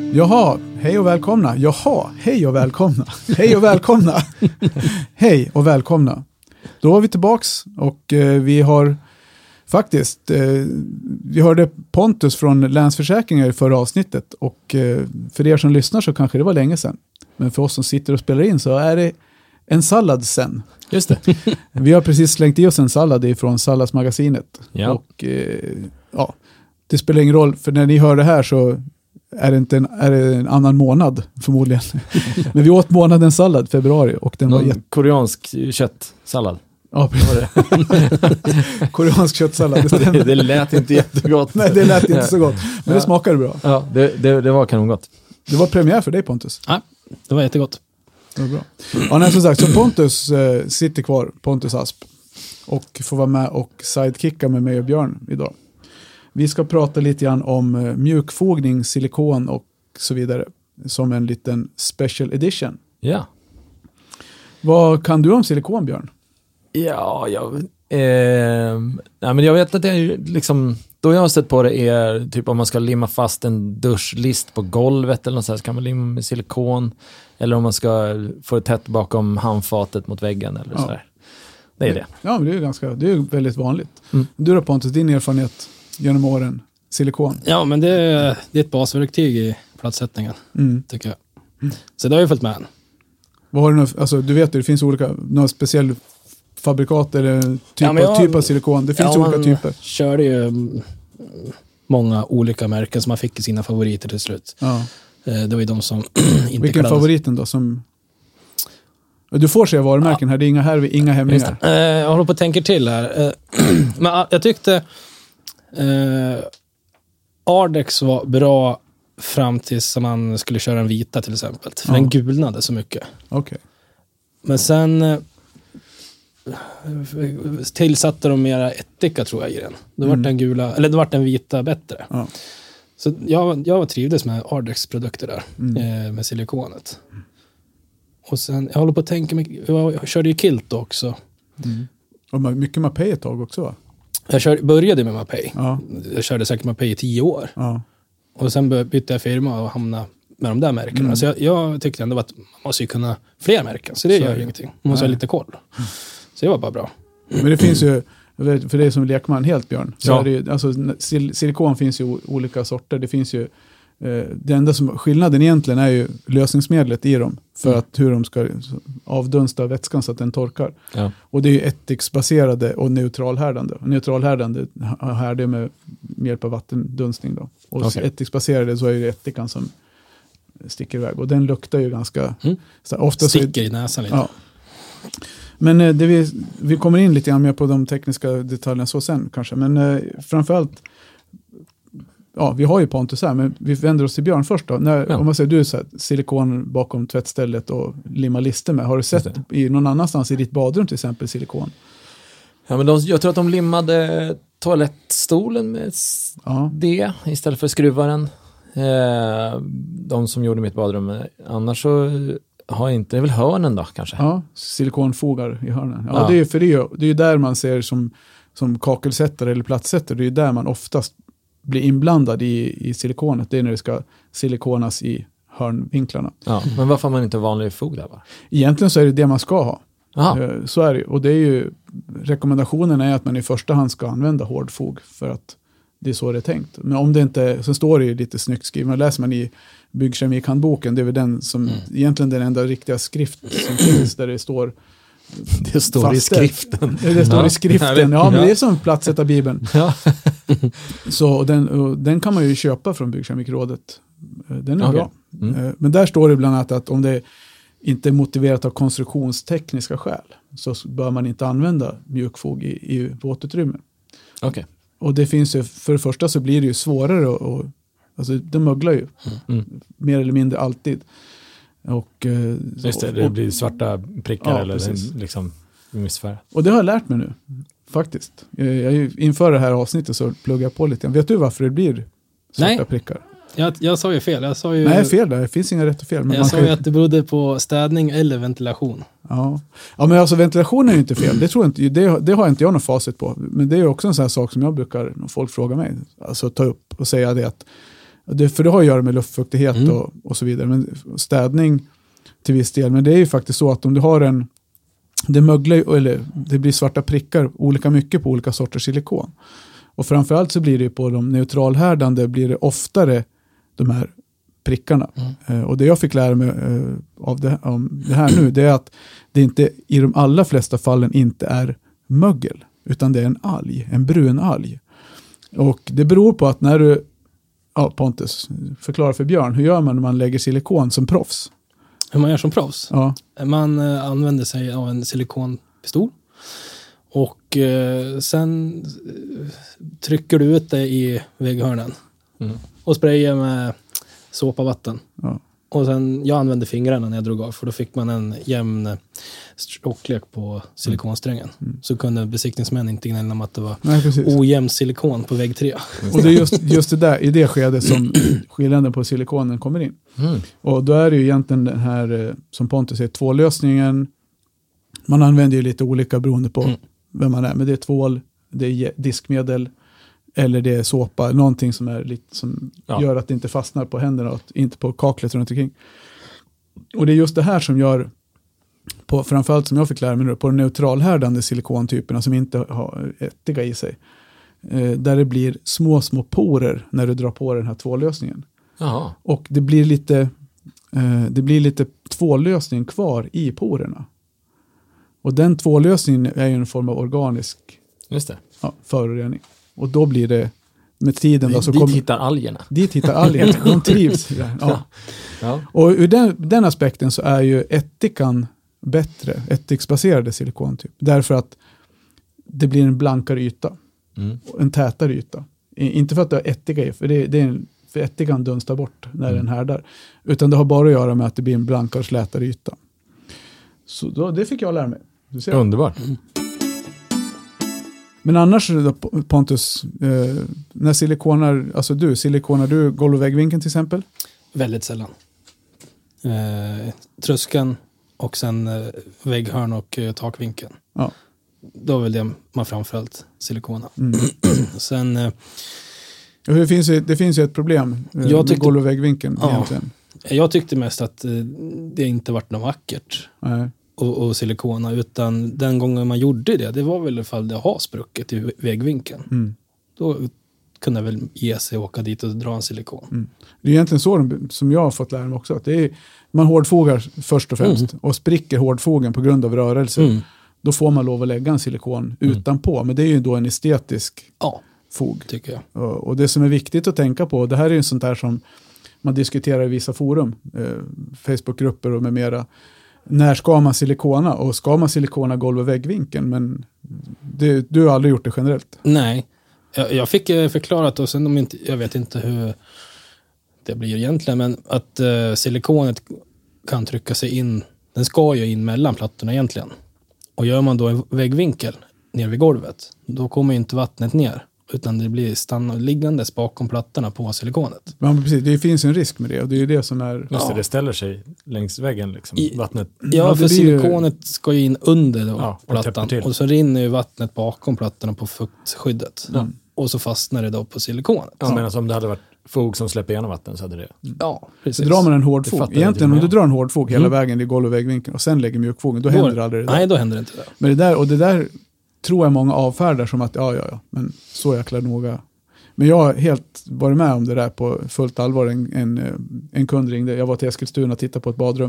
Jaha, hej och välkomna. Jaha, hej och välkomna. Hej och välkomna. Hej och välkomna. Då är vi tillbaks och vi har faktiskt, vi hörde Pontus från Länsförsäkringar i förra avsnittet och för er som lyssnar så kanske det var länge sedan. Men för oss som sitter och spelar in så är det en sallad sen. Just det. Vi har precis slängt i oss en sallad ifrån Salladsmagasinet. Ja. Och ja, det spelar ingen roll för när ni hör det här så är det en annan månad förmodligen. Men vi åt månadens sallad februari och den var koreansk köttsallad. Ja, koreansk köttsallad. Det lät inte jättegott. Nej, det lät inte så gott. Men det smakade bra. Ja, det var kanongott. Det var premiär för dig, Pontus. Ja, det var jättegott. Det var bra. Ja, nej, som sagt, så Pontus sitter kvar, Pontus Asp. Och får vara med och sidekicka med mig och Björn idag. Vi ska prata lite grann om mjukfogning, silikon och så vidare. Som en liten special edition. Ja. Vad kan du om silikon, Björn? Ja, men jag vet att det är liksom, då jag har sett på det är typ om man ska limma fast en duschlist på golvet eller något så här, så kan man limma med silikon, eller om man ska få det tätt bakom handfatet mot väggen eller så här. Det är det. Ja, men det är väldigt vanligt. Du då, Pontus, din erfarenhet genom åren, silikon? Ja, men det är ett basverktyg i platssättningen, tycker jag. Så det har ju följt med en. Vad har du, alltså, du vet det finns några speciella fabrikat eller typ av silikon. Det finns olika typer. Körde ju många olika märken som man fick i sina favoriter till slut. Ja. Det var ju de som inte Vilken favoriten då? Som... Du får se varumärken här, det är inga hämningar. Jag håller på att tänka till här. Men jag tyckte Ardex var bra fram tills man skulle köra en vita till exempel. För den gulnade så mycket. Okay. Men sen tillsatte de mera ättika tror jag i den. Då var den gula, eller då var den vita bättre. Ja. Så jag trivdes med Ardex produkter där med silikonet. Och sen jag håller på att tänka mig, jag körde ju Kilt också. Och mycket Mapei ett tag också, va? Jag började med Mapei. Ja. Jag körde säkert Mapei i 10 år. Ja. Och sen bytte jag firma och hamnade med de där märkena. Så jag tyckte ändå att man måste ju kunna fler märken. Så det gör ju ingenting. Man måste ha lite koll. Så det var bara bra. Men det finns ju, för det som lekman helt, Björn. Så är det ju, alltså, silikon finns ju olika sorter. Det finns ju, det enda som skillnaden egentligen är ju lösningsmedlet i dem. För att hur de ska avdunsta vätskan så att den torkar. Ja. Och det är ju ättiksbaserade och neutralhärdande. Och neutralhärdande härdar med hjälp av vattendunstning då. Och ättiksbaserade så är det ättikan som sticker iväg. Och den luktar ju ganska... Ofta sticker i näsan lite. Ja. Men vi kommer in lite grann mer på de tekniska detaljerna så sen kanske. Men framförallt, ja, vi har ju Pontus här, men vi vänder oss till Björn först då. Om man säger du så här, silikon bakom tvättstället och limma lister med. Har du sett i någon annanstans i ditt badrum till exempel silikon? Ja, men jag tror att de limmade toalettstolen med det istället för skruvaren. De som gjorde mitt badrum. Annars så har inte, det är väl hörnen då kanske? Ja, silikonfogar i hörnen. Ja. Det är ju där man ser som kakelsättare eller plattsättare. Det är ju där man oftast blir inblandad i silikonet. Det är när det ska silikonas i hörnvinklarna. Ja, men varför har man inte vanlig fog där, va? Egentligen så är det man ska ha. Så är det. Och det är ju, rekommendationen är att man i första hand ska använda hårdfog för att det är så det är tänkt. Men om det inte, så står det ju lite snyggt skrivet. Men läser man i byggkemikhandboken, det är väl den som egentligen den enda riktiga skrift som finns där det står. Det står i skriften. Det står i skriften. Ja, men det är som platsätta Bibeln. Ja. Så den kan man ju köpa från Byggkemikrådet. Den är bra. Men där står det bland annat att om det inte är motiverat av konstruktionstekniska skäl så bör man inte använda mjukfog i våtutrymme. Okay. Och det finns ju, för det första så blir det ju svårare och alltså det möglar ju mer eller mindre alltid. Och just det blir svarta prickar eller liksom missfärgat. Och det har jag lärt mig nu faktiskt. Inför det här avsnittet så pluggar jag på lite. Vet du varför det blir svarta prickar? Jag sa ju fel. Nej, fel där. Det finns inga rätt och fel. Men jag sa ju att det berodde på städning eller ventilation. Ja, men alltså ventilation är ju inte fel. Det tror jag inte. Det har inte jag någon facit på. Men det är ju också en sån här sak som jag brukar, när folk frågar mig, alltså ta upp och säga det För det har att göra med luftfuktighet och så vidare. Men städning till viss del. Men det är ju faktiskt så att om du har det möglar, eller det blir svarta prickar olika mycket på olika sorters silikon. Och framförallt så blir det på de neutralhärdande blir det oftare de här prickarna. Och det jag fick lära mig om det här nu, det är att det inte i de allra flesta fallen inte är mögel, utan det är en alg, en brun alg. Och det beror på att när du, Pontus, förklara för Björn, hur gör man när man lägger silikon som proffs? Hur man gör som proffs? Ja. Man använder sig av en silikonpistol och sen trycker du ut det i vägghörnen och sprayar med såpavatten. Ja. Och sen, jag använde fingrarna när jag drog av, för då fick man en jämn tjocklek på silikonsträngen. Så kunde besiktningsmän inte gnälla om att det var ojämn silikon på vägg 3. Och det är just det där, i det skedet som skillnaden på silikonen kommer in. Och då är det ju egentligen den här, som Pontus säger, tvållösningen. Man använder ju lite olika beroende på vem man är. Men det är tvål, det är diskmedel, eller det är såpa, någonting som är lite som gör att det inte fastnar på händerna och inte på kaklet runt omkring. Och det är just det här som gör, framförallt som jag fick lära mig nu, på de neutralhärdande silikontyperna som inte har ättika i sig. Där det blir små porer när du drar på den här tvållösningen. Jaha. Och det blir lite tvållösning kvar i porerna. Och den tvållösningen är ju en form av organisk förorening. Och då blir det med tiden... Dit hittar algerna. Dit hittar algerna. De trivs där. Ja. Ja. Och ur den aspekten så är ju ättikan bättre. Ättiksbaserade silikontyp. Därför att det blir en blankare yta. En tätare yta. Inte för att det har ättika i. För ättikan dunstar bort när den härdar. Utan det har bara att göra med att det blir en blankare och slätare yta. Så det fick jag lära mig. Du ser. Underbart. Men annars Pontus, när silikonar du golv- och väggvinkeln till exempel? Väldigt sällan. Tröskeln och sen vägghörn och takvinkeln. Ja. Då vill det man framförallt silikona. Sen... Det finns ju ett problem med golv- och väggvinkeln egentligen. Jag tyckte mest att det inte varit något vackert. Nej. Och silikona, utan den gången man gjorde det var väl i alla fall det har sprucket i vägvinkeln. Då kunde jag väl ge sig och åka dit och dra en silikon. Det är egentligen så som jag har fått lära mig också, att det är, man hårdfogar först och främst och spricker hårdfogen på grund av rörelse. Då får man lov att lägga en silikon utanpå, men det är ju då en estetisk fog. Tycker jag. Och det som är viktigt att tänka på, det här är ju sånt där som man diskuterar i vissa forum, Facebookgrupper och med mera. När ska man silikona? Och ska man silikona golv- och väggvinkeln? Men du har aldrig gjort det generellt. Nej. Jag fick förklarat, och sen jag vet inte hur det blir egentligen, men att silikonet kan trycka sig in. Den ska ju in mellan plattorna egentligen. Och gör man då en väggvinkel ner vid golvet, då kommer inte vattnet ner. Utan det blir liggandes bakom plattorna på silikonet. Ja, precis. Det finns en risk med det. Och det är ju det som är... Just det ställer sig längs väggen. Liksom, vattnet. Ja, för silikonet ska ju in under plattan. Och så rinner ju vattnet bakom plattorna på fuktskyddet. Och så fastnar det då på silikonet. Ja, men alltså, om det hade varit fog som släpper igenom vatten så hade det... Ja, precis. Så drar man en hårdfog. Egentligen om du drar en hårdfog hela vägen i golv- och väggvinkeln och sen lägger mjukfogen, då händer aldrig det där. Nej, då händer det inte det. Men det där tror jag många avfärdar som att ja, men så jäkla noga. Men jag har helt varit med om det där på fullt allvar. En kund ringde, jag var till Eskilstuna och tittade på ett badrum.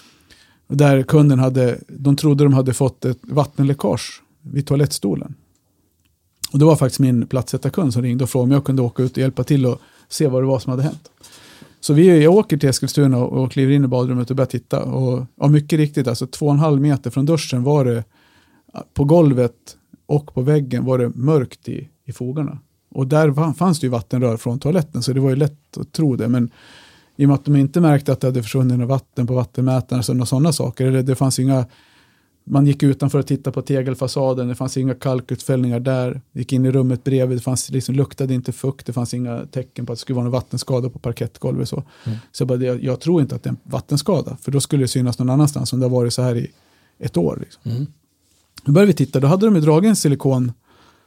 Där kunden de trodde de hade fått ett vattenläckage vid toalettstolen. Och det var faktiskt min platssättarkund som ringde och frågade om jag kunde åka ut och hjälpa till och se vad det var som hade hänt. Så jag åker till Eskilstuna och kliver in i badrummet och börjar titta. Och mycket riktigt, alltså 2,5 meter från duschen var det på golvet och på väggen var det mörkt i fogarna. Och där fanns det ju vattenrör från toaletten, så det var ju lätt att tro det. Men i och med att de inte märkte att det hade försvunnit något vatten på vattenmätaren och sådana saker, eller det fanns inga, man gick utanför att titta på tegelfasaden, det fanns inga kalkutfällningar där, gick in i rummet bredvid, det fanns liksom, luktade inte fukt, det fanns inga tecken på att det skulle vara någon vattenskada på parkettgolvet. Så jag tror inte att det är en vattenskada, för då skulle det synas någon annanstans om det har varit så här i ett år. Liksom. Då började vi titta, då hade de ju dragit en silikon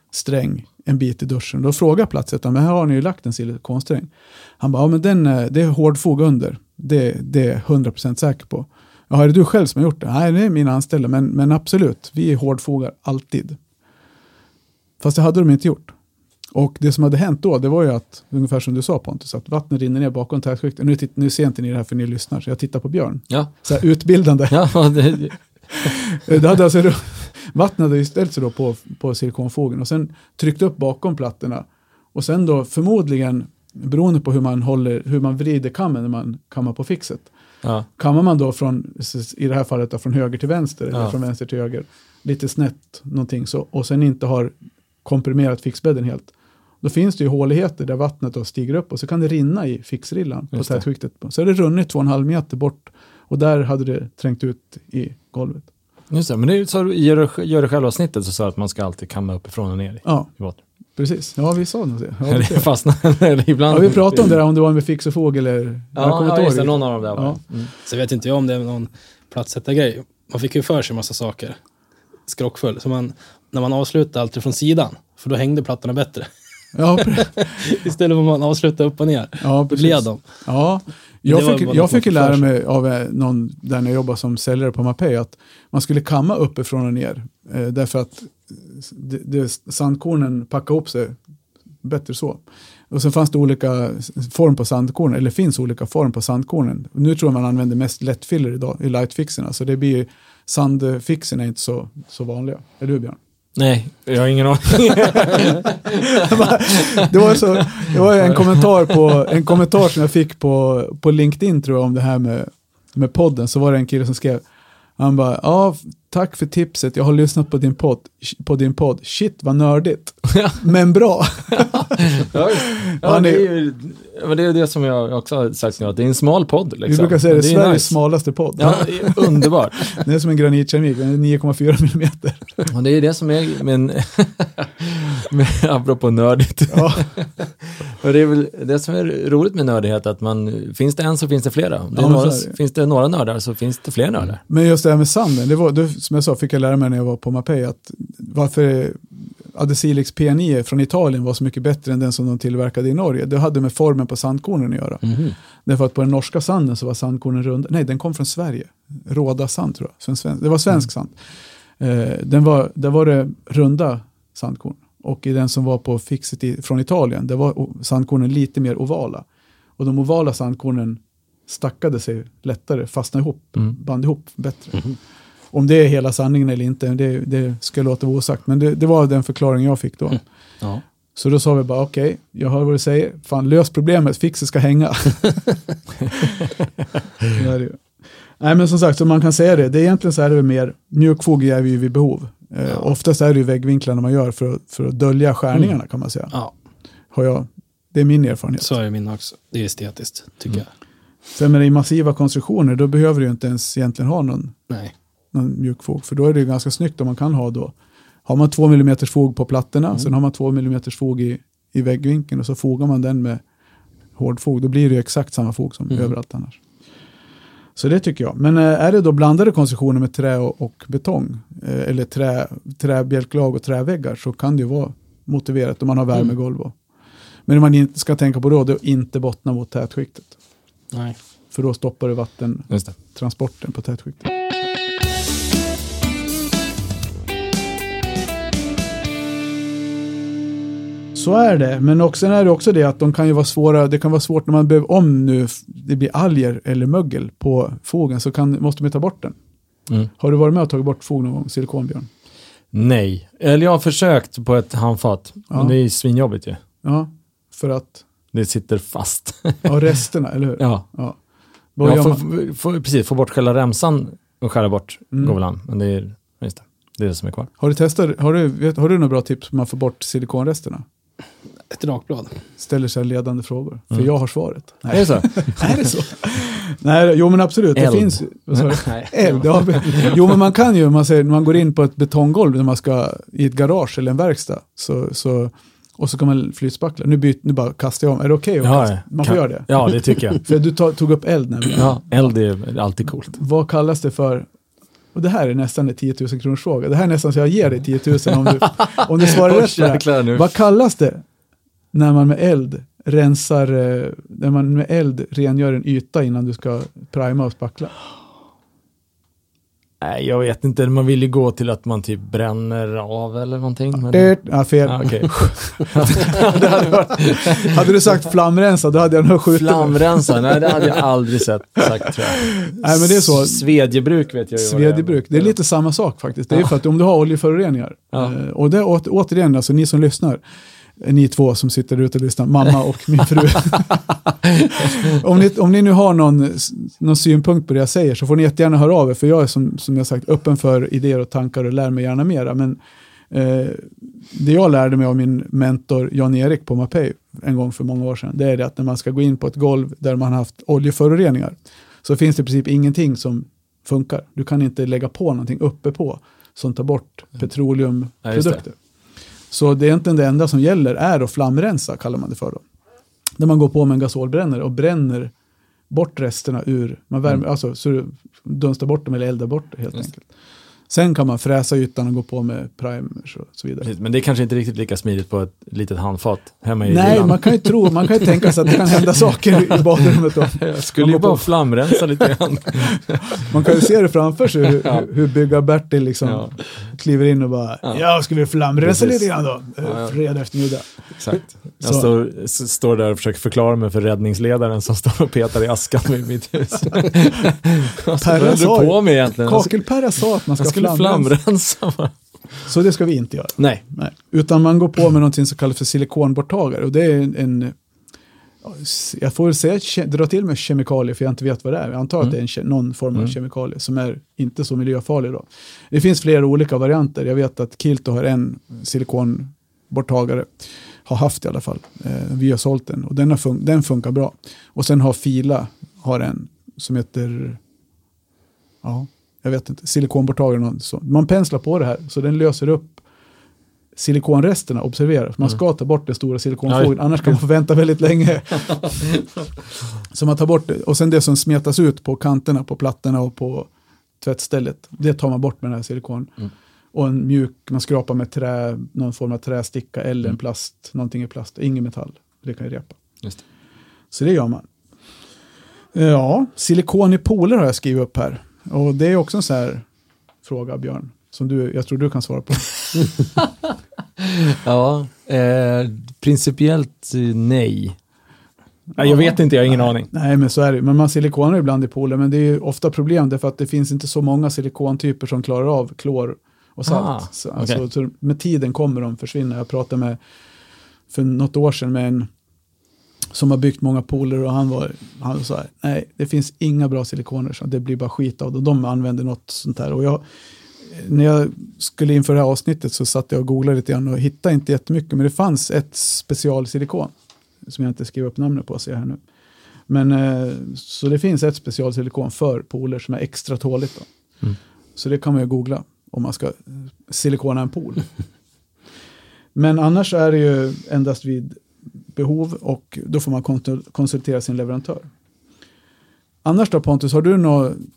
sträng en bit i duschen. Då frågar platsättaren, men här har ni ju lagt en silikonsträng. Han bara, ja men det är hårdfog under. Det är 100% säker på. Ja, är det du själv som har gjort det? Nej, det är mina anställda, men absolut, vi är hårdfogar alltid. Fast det hade de inte gjort. Och det som hade hänt då, det var ju att, ungefär som du sa Pontus, att vattnet rinner ner bakom tätskiktet. Nu ser inte ni det här för ni lyssnar, så jag tittar på Björn. Ja. Så här utbildande. Ja, Det hade alltså, vattnet hade ju ställt sig då på silikonfogen och sen tryckt upp bakom plattorna. Och sen då förmodligen, beroende på hur man vrider kammen när man kammar på fixet. Ja. Kammar man då i det här fallet då, från höger till vänster eller från vänster till höger, lite snett någonting så, och sen inte har komprimerat fixbädden helt. Då finns det ju håligheter där vattnet då stiger upp och så kan det rinna i fixrillan på tätskiktet. Så är det runnit 2,5 meter bort och där hade det trängt ut i golvet. Just det, men det är så gör det själva snittet så att man ska alltid kamma uppifrån och ner i vattnet. Precis. Ja, vi sa nog det. Ja, det fastnar ibland. Ja, vi pratade om det där, om det var med fix och fåg eller... Ja, just det, någon av dem där var. Ja. Så vet inte jag om det är någon platsättargrej. Man fick ju för sig en massa saker. Skrockfull. Så när man avslutade alltid från sidan, för då hängde plattorna bättre. Ja, istället för att man avslutar upp och ner. Ja, precis. Blev de. Ja, jag fick lära mig av någon där när jag jobbade som säljare på Mapei att man skulle kamma uppifrån och ner. Därför att sandkornen packade ihop sig bättre så. Och sen fanns det olika form på sandkornen, eller finns olika form på sandkornen. Nu tror jag man använder mest lättfiller idag i lightfixerna, så det blir sandfixerna är inte så vanliga. Är du Björn? Nej, jag har ingen aning. det var en kommentar som jag fick på LinkedIn tror jag om det här med podden, så var det en kille som skrev, han bara, ja, tack för tipset, jag har lyssnat på din podd. Shit, vad nördigt. Men bra. Det är det som jag också har sagt nu, att det är en smal podd. Liksom. Vi brukar säga det är Sveriges smalaste podd. Ja, det är underbart. Det är som en granitkeramik, 9,4 millimeter. Och det är det som är, men apropå nördigt. Ja. Och det är väl det som är roligt med nördighet, att finns det en så finns det flera. Finns det några nördar så finns det fler nördar. Men just det här med sanden, det var, som jag sa, fick jag lära mig när jag var på Mapei, att varför Adesilex P9 från Italien var så mycket bättre än den som de tillverkade i Norge. Det hade med formen på sandkornen att göra. Mm-hmm. Därför att på den norska sanden så var sandkornen runda. Nej, den kom från Sverige. Råda sand tror jag. Det var svensk sand. Där var det runda sandkorn. Och i den som var på fixet från Italien, där var sandkornen lite mer ovala. Och de ovala sandkornen stackade sig lättare, fastnade ihop, band ihop bättre. Mm-hmm. Om det är hela sanningen eller inte, det ska låta osagt. Men det var den förklaring jag fick då. Ja. Så då sa vi bara, okej, jag hör vad du säger. Fan, lös problemet, fixet ska hänga. Det är det. Nej, men som sagt, så man kan säga det. Det är egentligen så här, det är mer mjukfog är vi vid behov. Oftast är det ju väggvinklarna man gör för att dölja skärningarna kan man säga. Ja. Det är min erfarenhet. Så är det min också. Det är estetiskt, tycker jag. Sen med i massiva konstruktioner, då behöver du ju inte ens egentligen ha någon mjukfog. För då är det ju ganska snyggt om man kan ha då. Har man 2 mm fog på plattorna, sen har man 2 mm fog i väggvinkeln och så fogar man den med hård fog. Då blir det ju exakt samma fog som överallt annars. Så det tycker jag. Men är det då blandade konstruktioner med trä och betong eller träbjälklag och träväggar, så kan det ju vara motiverat om man har värmegolv. Men det man inte ska tänka på då, det är att inte bottna mot tätskiktet. Nej. För då stoppar det vattentransporten på tätskiktet. Så är det, men också är det också det att de kan ju vara svåra. Det kan vara svårt när man behöver, om nu det blir alger eller mögel på fogen, så måste man ta bort den. Har du varit med och tagit bort fog någon gång, silikonbjörn? Nej, eller jag har försökt på ett handfat, men det är svinjobbigt ju. Ja, för att det sitter fast. Ja, resterna, eller hur? Ja. Precis, få bort själva remsan och skära bort govelan. Men det är det som är kvar. Har du testat, har du några bra tips om man får bort silikonresterna? Ett rakblad. Ställer sig ledande frågor. För jag har svaret. Nej. Är det så? Är det så? Nej, jo men absolut. Eld. Det finns eld. Ja. Jo men man kan ju, när man går in på ett betonggolv när man ska i ett garage eller en verkstad, och så kan man flytspackla. Nu bara kastar jag om. Är det okej? Man får göra det. Ja, det tycker jag. För du tog upp eld nämligen. Ja, eld är alltid coolt. Vad kallas det för? Och det här är nästan en 10 000 kronors fråga. Det här är nästan så jag ger dig 10 000 om du svarar rätt på det här. Vad kallas det när man med eld rengör en yta innan du ska prima och spackla? Nej, jag vet inte. Man vill ju gå till att man typ bränner av eller någonting. Men... fel. Okay. Hade du sagt flamrensa, då hade jag nog skjutit. Flamrensa? Nej, det hade jag aldrig sagt, tror jag. Nej, men det är så. Svedjebruk vet jag ju. Svedjebruk, det är lite samma sak faktiskt. Det är för att om du har oljeföroreningar, och det återigen, alltså ni som lyssnar, ni två som sitter ute och lyssnar, mamma och min fru. om ni nu har någon synpunkt på det jag säger, så får ni jättegärna höra av er, för jag är som jag sagt öppen för idéer och tankar och lär mig gärna mera. Men det jag lärde mig av min mentor Jan-Erik på Mapei en gång för många år sedan, det är det att när man ska gå in på ett golv där man har haft oljeföroreningar, så finns det i princip ingenting som funkar. Du kan inte lägga på någonting uppe på som tar bort petroleumprodukter. Så det är inte det enda som gäller är att flamrensa, kallar man det för då. Där man går på med en gasolbrännare och bränner bort resterna ur, man värmer, alltså så du dunstar bort dem eller eldar bort det helt enkelt. Sen kan man fräsa ytan och gå på med primers och så vidare. Men det är kanske inte riktigt lika smidigt på ett litet handfat hemma i Nej, villan. man kan ju tänka sig att det kan hända saker i badrummet då. Jag skulle ju bara flamrensa lite grann. Man kan ju se det framför sig hur bygga Bertil liksom kliver in och bara, ska vi flamrensa lite grann då? Fredag eftermiddag. Exakt. Jag står där och försöker förklara mig för räddningsledaren som står och petar i askan vid mitt hus. Kakelperra sa att man ska flamrensa. Så det ska vi inte göra. Nej. Utan man går på med någonting som kallas för silikonborttagare. Och det är jag får säga dra till med kemikalier, för jag inte vet vad det är. Jag antar att det är någon form av kemikalie som är inte så miljöfarlig då. Det finns flera olika varianter. Jag vet att Kilto har en silikonborttagare. Har haft i alla fall. Vi har sålt den. Och den funkar bra. Och sen har Fila en som heter jag vet inte, silikonborttagare. Man penslar på det här så den löser upp silikonresterna, observera. Man ska ta bort det stora silikonfogen, annars kan man få vänta väldigt länge. Så man tar bort det. Och sen det som smetas ut på kanterna, på plattorna och på tvättstället, det tar man bort med den här silikon. Och en mjuk, man skrapar med trä, någon form av trästicka eller en plast, någonting i plast, ingen metall. Det kan ju repa. Just det. Så det gör man. Ja, silikon i pooler har jag skrivit upp här. Och det är också en sån här fråga, Björn, som jag tror du kan svara på. Principiellt nej. Jag vet inte, jag har ingen aning. Nej, men så är det. Men man silikonar ibland i pooler, men det är ju ofta problem därför att det finns inte så många silikontyper som klarar av klor och salt. Så med tiden kommer de försvinna. Jag pratade för något år sedan med en som har byggt många pooler och han sa nej, det finns inga bra silikoner så det blir bara skit av det. De använder något sånt här. Och när jag skulle inför det här avsnittet så satt jag och googlade lite grann och hittade inte jättemycket, men det fanns ett specialsilikon som jag inte skrev upp namnet på, ser jag här nu. Men så det finns ett specialsilikon för pooler som är extra tåligt då. Så det kan man ju googla om man ska silikona en pool. Men annars är det ju endast vid behov och då får man konsultera sin leverantör. Annars då, Pontus, har du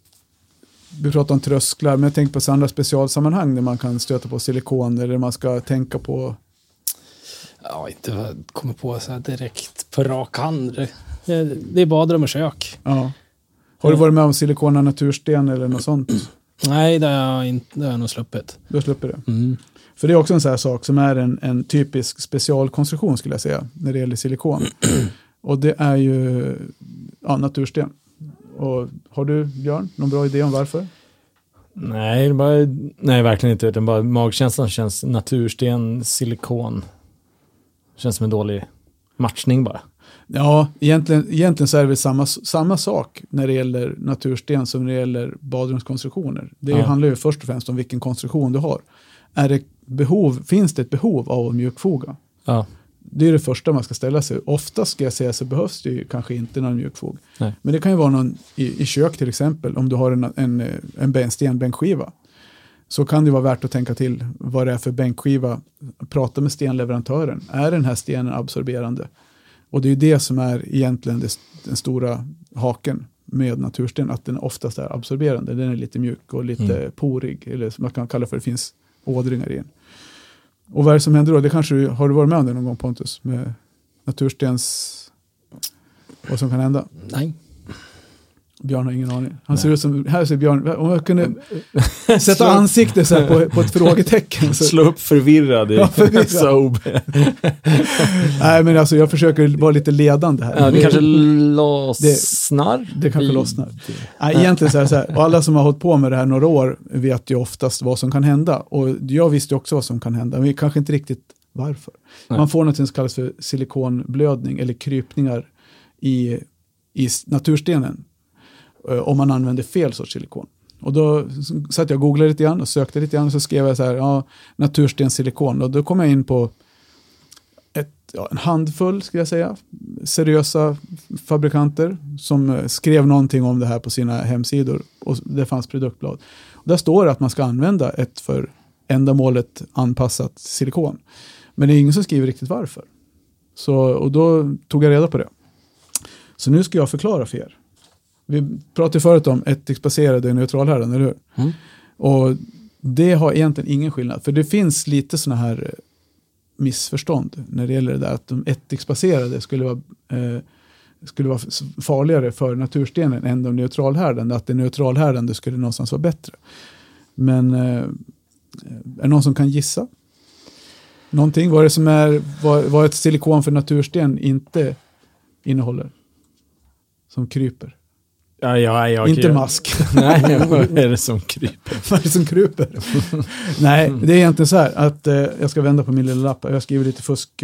vi pratar om trösklar, men jag tänker på andra specialsammanhang där man kan stöta på silikon eller man ska tänka på... Ja, inte komma på så här direkt på rak hand. Det är badrum och kök. Ja. Har du varit med om silikona natursten eller något sånt? Nej, det har jag nog sluppit. Du har sluppit det? För det är också en sån här sak som är en typisk specialkonstruktion skulle jag säga när det gäller silikon. Och det är ju natursten. Och har du, Björn, någon bra idé om varför? Nej, verkligen inte. Utan bara magkänslan känns natursten, silikon. Känns som en dålig matchning bara. Ja, egentligen så är det väl samma sak när det gäller natursten som när det gäller badrumskonstruktioner. Det handlar ju först och främst om vilken konstruktion du har. Finns det ett behov av att mjukfoga? Ja. Det är det första man ska ställa sig. Ofta ska jag säga så behövs det ju kanske inte någon mjukfog. Nej. Men det kan ju vara någon i kök till exempel. Om du har en stenbänkskiva så kan det vara värt att tänka till vad det är för bänkskiva. Prata med stenleverantören. Är den här stenen absorberande? Och det är ju det som är egentligen den stora haken. med natursten att den oftast är absorberande. Den är lite mjuk och lite porig, eller som man kan kalla för, det finns ådringar i den. Och vad är det som händer då? Det kanske har du varit med om det någon gång, Pontus, med naturstens, vad som kan hända? Nej. Björn har ingen aning. Han ser ut som, här ser Björn, om jag kunde sätta ansikte så här på ett frågetecken. Så. Slå upp förvirrad i Nej, men alltså jag försöker vara lite ledande här. Ja, det kanske lossnar. Det kanske lossnar. Nej, egentligen så här, och alla som har hållit på med det här några år vet ju oftast vad som kan hända. Och jag visste också vad som kan hända, men kanske inte riktigt varför. Nej. Man får något som kallas för silikonblödning eller krypningar i naturstenen. Om man använder fel sorts silikon. Och då satt jag och googlade lite grann och sökte lite grann och så skrev jag så här, naturstensilikon. Och då kom jag in på en handfull, ska jag säga, seriösa fabrikanter som skrev någonting om det här på sina hemsidor. Och det fanns produktblad. Och där står det att man ska använda ett för ändamålet anpassat silikon. Men det är ingen som skriver riktigt varför. Och då tog jag reda på det. Så nu ska jag förklara för er. Vi pratade förut om ättiksbaserade neutralhärden, eller hur? Mm. Och det har egentligen ingen skillnad. För det finns lite såna här missförstånd när det gäller det där att de ättiksbaserade skulle vara farligare för naturstenen än de neutralhärden. Att det neutralhärden skulle någonstans vara bättre. Men är det någon som kan gissa? Någonting? Vad är det som vad ett silikon för natursten inte innehåller? Som kryper. Ja, inte mask. Nej, vad är det som kryper? Vad är det som kryper? Nej, det är egentligen så här att jag ska vända på min lilla lapp. Jag skriver lite fusk.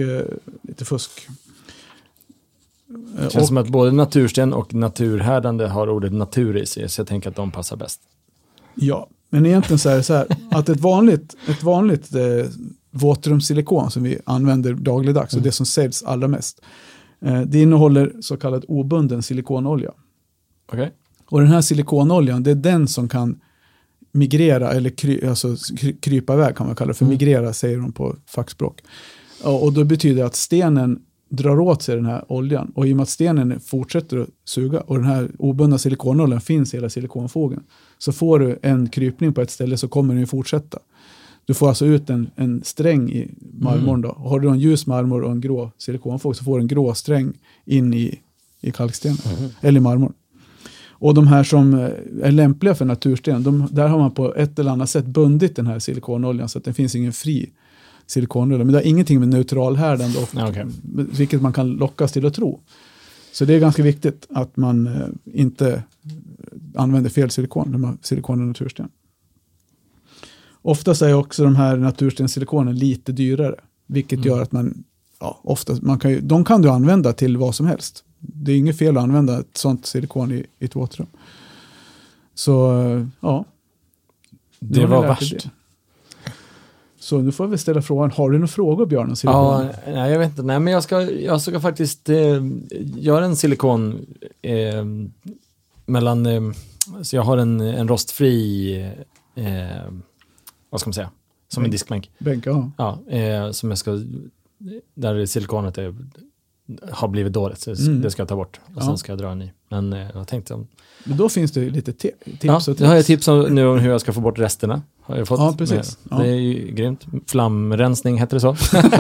Det känns som att både natursten och naturhärdande har ordet natur i sig, så jag tänker att de passar bäst. Ja, men egentligen så är det så här att ett vanligt våtrumssilikon som vi använder dagligdags och det som säljs allra mest, det innehåller så kallad obunden silikonolja. Okay. Och den här silikonoljan, det är den som kan migrera eller krypa iväg, kan man kalla det för. Migrera säger de på fackspråk. Och då betyder det att stenen drar åt sig den här oljan. Och i och med att stenen fortsätter att suga och den här obundna silikonoljan finns i hela silikonfogen, så får du en krypning på ett ställe så kommer den ju fortsätta. Du får alltså ut en sträng i marmorn då. Och har du en ljus marmor och en grå silikonfåg så får du en grå sträng in i kalkstenen eller i marmorn. Och de här som är lämpliga för natursten, där har man på ett eller annat sätt bundit den här silikonoljan så att det finns ingen fri silikonolja. Men det har ingenting med neutralhärdande vilket man kan lockas till att tro. Så det är ganska viktigt att man inte använder fel silikon, de har silikon och natursten. Oftast är också de här naturstensilikonen lite dyrare, vilket gör att de kan du använda till vad som helst. Det är inget fel att använda ett sånt silikon i ett våtrum. Så, ja. Det var värst. Det. Så nu får jag väl ställa frågan. Har du några frågor, Björn, om silikon? Ja, nej, jag vet inte. Nej, men jag ska faktiskt göra en silikon mellan... så jag har en rostfri... vad ska man säga? Som en diskbänk. Bänk, ja. Ja, som jag ska... Där silikonet har blivit dåligt, så det ska jag ta bort. Och sen ska jag dra en ny. Men jag tänkte om... Men då finns det lite tips. Ja, då har jag tips nu om hur jag ska få bort resterna. Har jag fått. Ja, precis. Ja. Det är ju grymt. Flamrensning heter det så.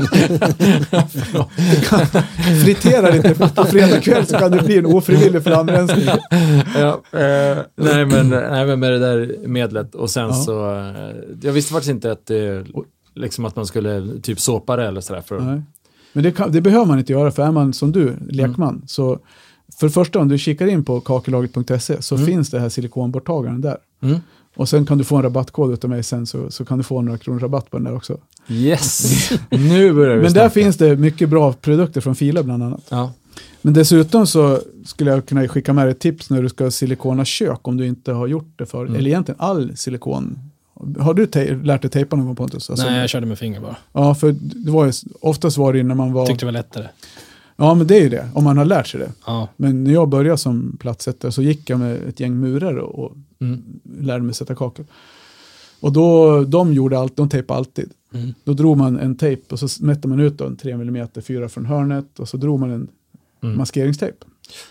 Fritera lite på fredag kväll så kan det bli en ofrivillig flamrensning. Nej, men med det där medlet. Och sen så... jag visste faktiskt inte att liksom att man skulle typ såpa det eller sådär. Nej. Men det behöver man inte göra, för är man som du, lekman, så för det första, om du kikar in på kakelaget.se så finns det här silikonborttagaren där. Och sen kan du få en rabattkod utav mig sen, så kan du få några kronor rabatt på den där också. Yes! Nu börjar vi Men snacka. där finns det mycket bra produkter från Fila bland annat. Ja. Men dessutom så skulle jag kunna skicka med ett tips när du ska silikona kök om du inte har gjort det för. Eller egentligen all silikon. Har du lärt dig tejpa någon gång, Pontus? Alltså, nej, jag körde med finger bara. Ja, för det var ju, oftast var det när man var... Tyckte det var lättare. Ja, men det är ju det, om man har lärt sig det. Ja. Men när jag började som plattsättare så gick jag med ett gäng murer och lärde mig sätta kakel. Och då, de tejpade alltid. Då drog man en tejp och så mätte man ut en 3 mm 4 från hörnet och så drog man en maskeringstejp.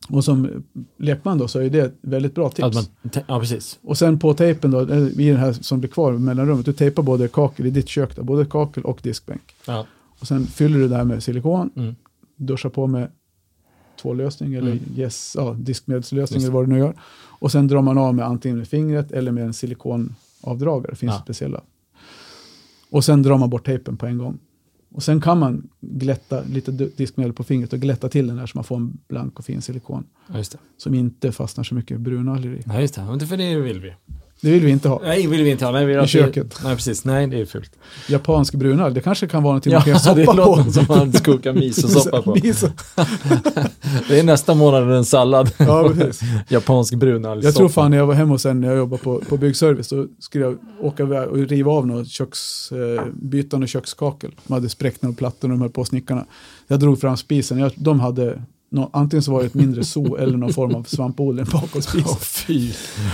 Och som lekman då så är det ett väldigt bra tips. Ja, precis. Och sen på tejpen då, i den här som blir kvar i mellanrummet, du tejpar både kakel i ditt kök då, både kakel och diskbänk. Ja. Och sen fyller du det här med silikon, duschar på med tvållösning eller diskmedelslösning eller vad du nu gör. Och sen drar man av med antingen med fingret eller med en silikonavdragare, det finns speciella. Och sen drar man bort tejpen på en gång. Och sen kan man glätta lite diskmedel på fingret och glätta till den här så man får en blank och fin silikon. Ja, just det. Som inte fastnar så mycket brunalger i. Nej, just det. Inte för det vill vi. Det vill vi inte ha. Nej, vill vi inte ha. Nej, vi i köket. Nej, precis. Nej, det är fult. Japansk brunalg, det kanske kan vara någonting man kan soppa på. Ja, det som man kokar miso-soppa på. Det är nästa månad en sallad. Ja, precis. Japansk brunalg. Jag tror fan när jag var hemma och sen när jag jobbade på byggservice så skulle jag åka iväg och riva av något bytande kökskakel. Man hade spräckt några plattor och de höll på snickarna. Jag drog fram spisen. De hade antingen så var det ett mindre zoo eller någon form av svampodling bakom spisen. Fy.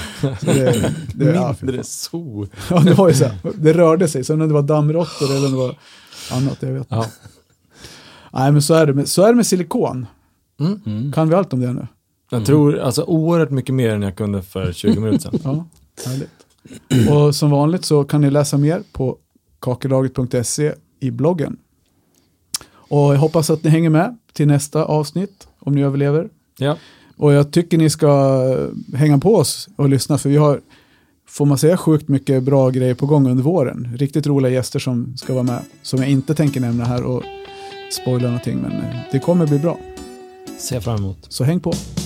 Mindre zoo. Ja, det var ju så här. Det rörde sig. Så när det var dammråttor eller det var annat, jag vet inte. Ja. Nej, men så är det med silikon. Kan vi allt om det nu? Jag tror alltså oerhört mycket mer än jag kunde för 20 minuter sedan. Ja, härligt. Och som vanligt så kan ni läsa mer på kakelaget.se i bloggen. Och jag hoppas att ni hänger med till nästa avsnitt om ni överlever. Ja. Och jag tycker ni ska hänga på oss och lyssna för vi har, får man säga, sjukt mycket bra grejer på gång under våren. Riktigt roliga gäster som ska vara med som jag inte tänker nämna här och spoila någonting, men det kommer bli bra. Se fram emot. Så häng på.